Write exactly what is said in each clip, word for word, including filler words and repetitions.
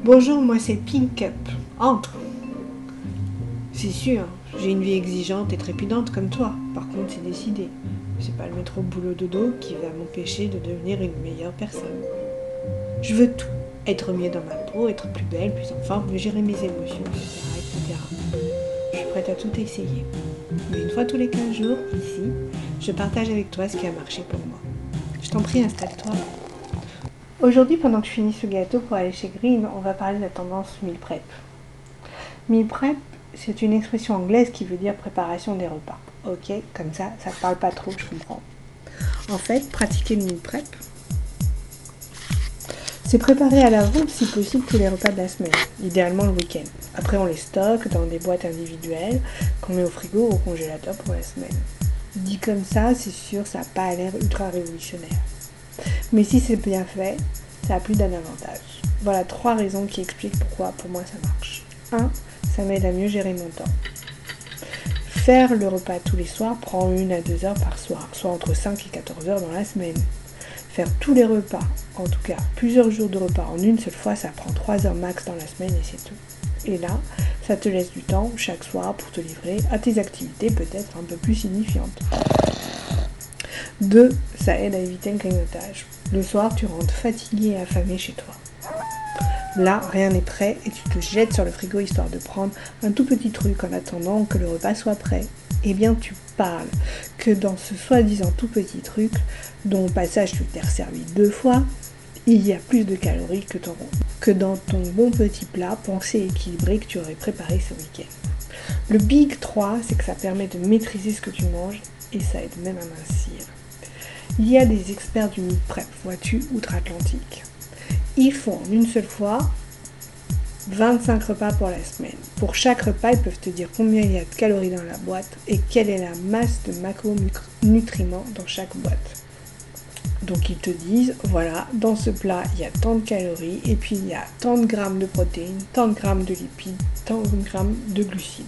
Bonjour, moi c'est Pink Cup. Entre. C'est sûr, j'ai une vie exigeante et trépidante comme toi. Par contre, c'est décidé. C'est pas le métro boulot dodo qui va m'empêcher de devenir une meilleure personne. Je veux tout. Être mieux dans ma peau, être plus belle, plus en forme, gérer mes émotions, et cetera, et cetera. Je suis prête à tout essayer. Mais une fois tous les quinze jours, ici, je partage avec toi ce qui a marché pour moi. Je t'en prie, installe-toi. Aujourd'hui, pendant que je finis ce gâteau pour aller chez Green, on va parler de la tendance meal prep. Meal prep, c'est une expression anglaise qui veut dire préparation des repas. Ok, comme ça, ça te parle pas trop, je comprends. En fait, pratiquer le meal prep, c'est préparer à l'avance, si possible, tous les repas de la semaine, idéalement le week-end. Après, on les stocke dans des boîtes individuelles qu'on met au frigo ou au congélateur pour la semaine. Dit comme ça, c'est sûr, ça n'a pas l'air ultra révolutionnaire. Mais si c'est bien fait, ça a plus d'un avantage. Voilà trois raisons qui expliquent pourquoi pour moi ça marche. un. Ça m'aide à mieux gérer mon temps. Faire le repas tous les soirs prend une à deux heures par soir, soit entre cinq et quatorze heures dans la semaine. Faire tous les repas, en tout cas plusieurs jours de repas en une seule fois, ça prend trois heures max dans la semaine et c'est tout. Et là, ça te laisse du temps chaque soir pour te livrer à tes activités peut-être un peu plus signifiantes. deux. Ça aide à éviter le grignotage. Le soir, tu rentres fatigué et affamé chez toi. Là, rien n'est prêt et tu te jettes sur le frigo histoire de prendre un tout petit truc en attendant que le repas soit prêt. Eh bien, tu parles que dans ce soi-disant tout petit truc, dont au passage tu t'es resservi deux fois, il y a plus de calories que, ton, que dans ton bon petit plat pensé et équilibré que tu aurais préparé ce week-end. Le Big trois, c'est que ça permet de maîtriser ce que tu manges et ça aide même à mincir. Il y a des experts du meal prep, vois-tu, outre-Atlantique. Ils font en une seule fois vingt-cinq repas pour la semaine. Pour chaque repas, ils peuvent te dire combien il y a de calories dans la boîte et quelle est la masse de macronutriments dans chaque boîte. Donc ils te disent, voilà, dans ce plat, il y a tant de calories et puis il y a tant de grammes de protéines, tant de grammes de lipides, tant de grammes de glucides.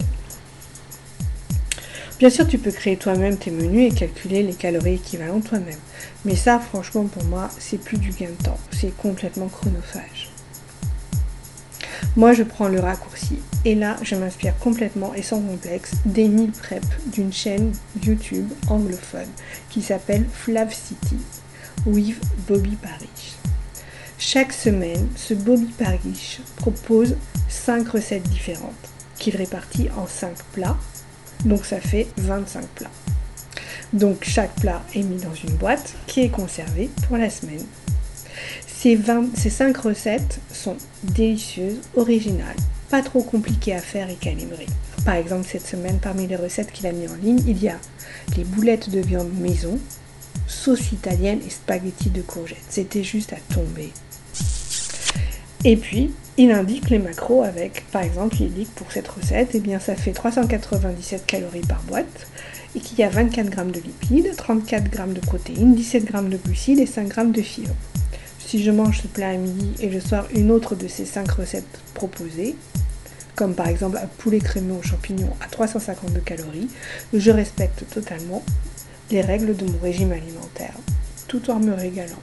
Bien sûr, tu peux créer toi-même tes menus et calculer les calories équivalentes toi-même. Mais ça, franchement, pour moi, c'est plus du gain de temps. C'est complètement chronophage. Moi, je prends le raccourci. Et là, je m'inspire complètement et sans complexe des meal prep d'une chaîne YouTube anglophone qui s'appelle Flav City with Bobby Parish. Chaque semaine, ce Bobby Parish propose cinq recettes différentes qu'il répartit en cinq plats. Donc ça fait vingt-cinq plats. Donc chaque plat est mis dans une boîte qui est conservée pour la semaine. Ces, vingt, ces cinq recettes sont délicieuses, originales, pas trop compliquées à faire et calibrer. Par exemple, cette semaine, parmi les recettes qu'il a mis en ligne, il y a les boulettes de viande maison, sauce italienne et spaghettis de courgettes. C'était juste à tomber. Et puis, il indique les macros avec, par exemple, il dit que pour cette recette, eh bien, ça fait trois cent quatre-vingt-dix-sept calories par boîte et qu'il y a vingt-quatre grammes de lipides, trente-quatre grammes de protéines, dix-sept grammes de glucides et cinq grammes de fibres. Si je mange ce plat à midi et le soir une autre de ces cinq recettes proposées, comme par exemple un poulet crémeux aux champignons à trois cent cinquante-deux calories, je respecte totalement les règles de mon régime alimentaire, tout en me régalant.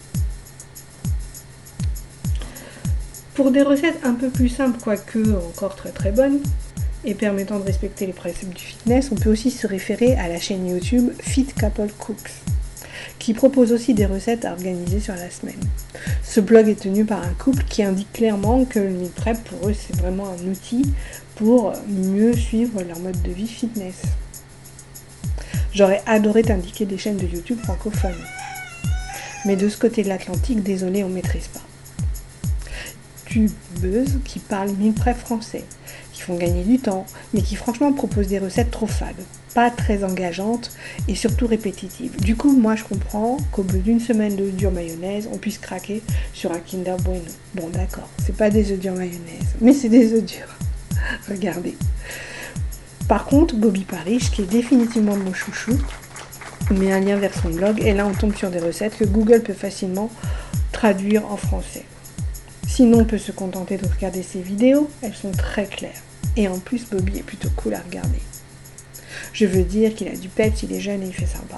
Pour des recettes un peu plus simples, quoique encore très très bonnes, et permettant de respecter les principes du fitness, on peut aussi se référer à la chaîne YouTube Fit Couple Cooks, qui propose aussi des recettes à organiser sur la semaine. Ce blog est tenu par un couple qui indique clairement que le meal prep, pour eux, c'est vraiment un outil pour mieux suivre leur mode de vie fitness. J'aurais adoré t'indiquer des chaînes de YouTube francophones. Mais de ce côté de l'Atlantique, désolé, on ne maîtrise pas. Youtubeuses qui parlent meal prep français, qui font gagner du temps, mais qui franchement proposent des recettes trop fades, pas très engageantes et surtout répétitives. Du coup, moi je comprends qu'au bout d'une semaine de dure mayonnaise, on puisse craquer sur un Kinder Bueno. Bon d'accord, c'est pas des œufs durs mayonnaise, mais c'est des œufs durs. Regardez. Par contre, Bobby Parish, qui est définitivement mon chouchou, met un lien vers son blog et là on tombe sur des recettes que Google peut facilement traduire en français. Sinon, on peut se contenter de regarder ses vidéos, elles sont très claires. Et en plus, Bobby est plutôt cool à regarder. Je veux dire qu'il a du peps, il est jeune et il fait sympa.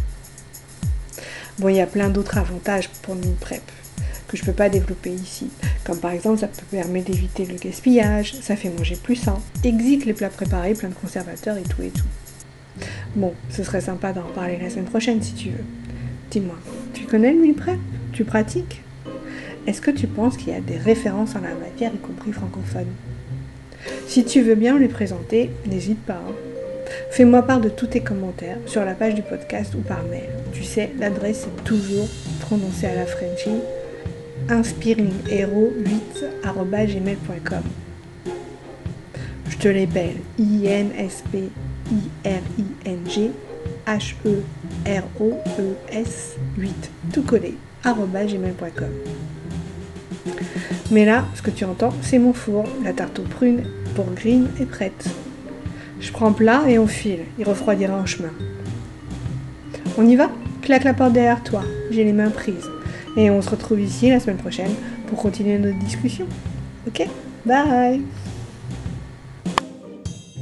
Bon, il y a plein d'autres avantages pour le meal prep que je ne peux pas développer ici, Comme par exemple, ça peut permettre d'éviter le gaspillage, ça fait manger plus sain, exit les plats préparés plein de conservateurs et tout et tout. Bon, ce serait sympa d'en reparler la semaine prochaine si tu veux. Dis-moi, tu connais le meal prep? Tu pratiques? Est-ce que tu penses qu'il y a des références en la matière, y compris francophones? Si tu veux bien me les présenter, n'hésite pas. Hein. Fais-moi part de tous tes commentaires sur la page du podcast ou par mail. Tu sais, l'adresse est toujours prononcée à la Frenchie, inspiringhero huit arobase gmail point com. Je te l'appelle I N S P I R I N G H E R O E S huit, tout collé, arobase gmail point com. Mais là, ce que tu entends, c'est mon four. La tarte aux prunes pour green est prête. Je prends plat et on file. Il refroidira en chemin. On y va? Claque la porte derrière toi. J'ai les mains prises. Et on se retrouve ici la semaine prochaine pour continuer notre discussion. Ok? Bye!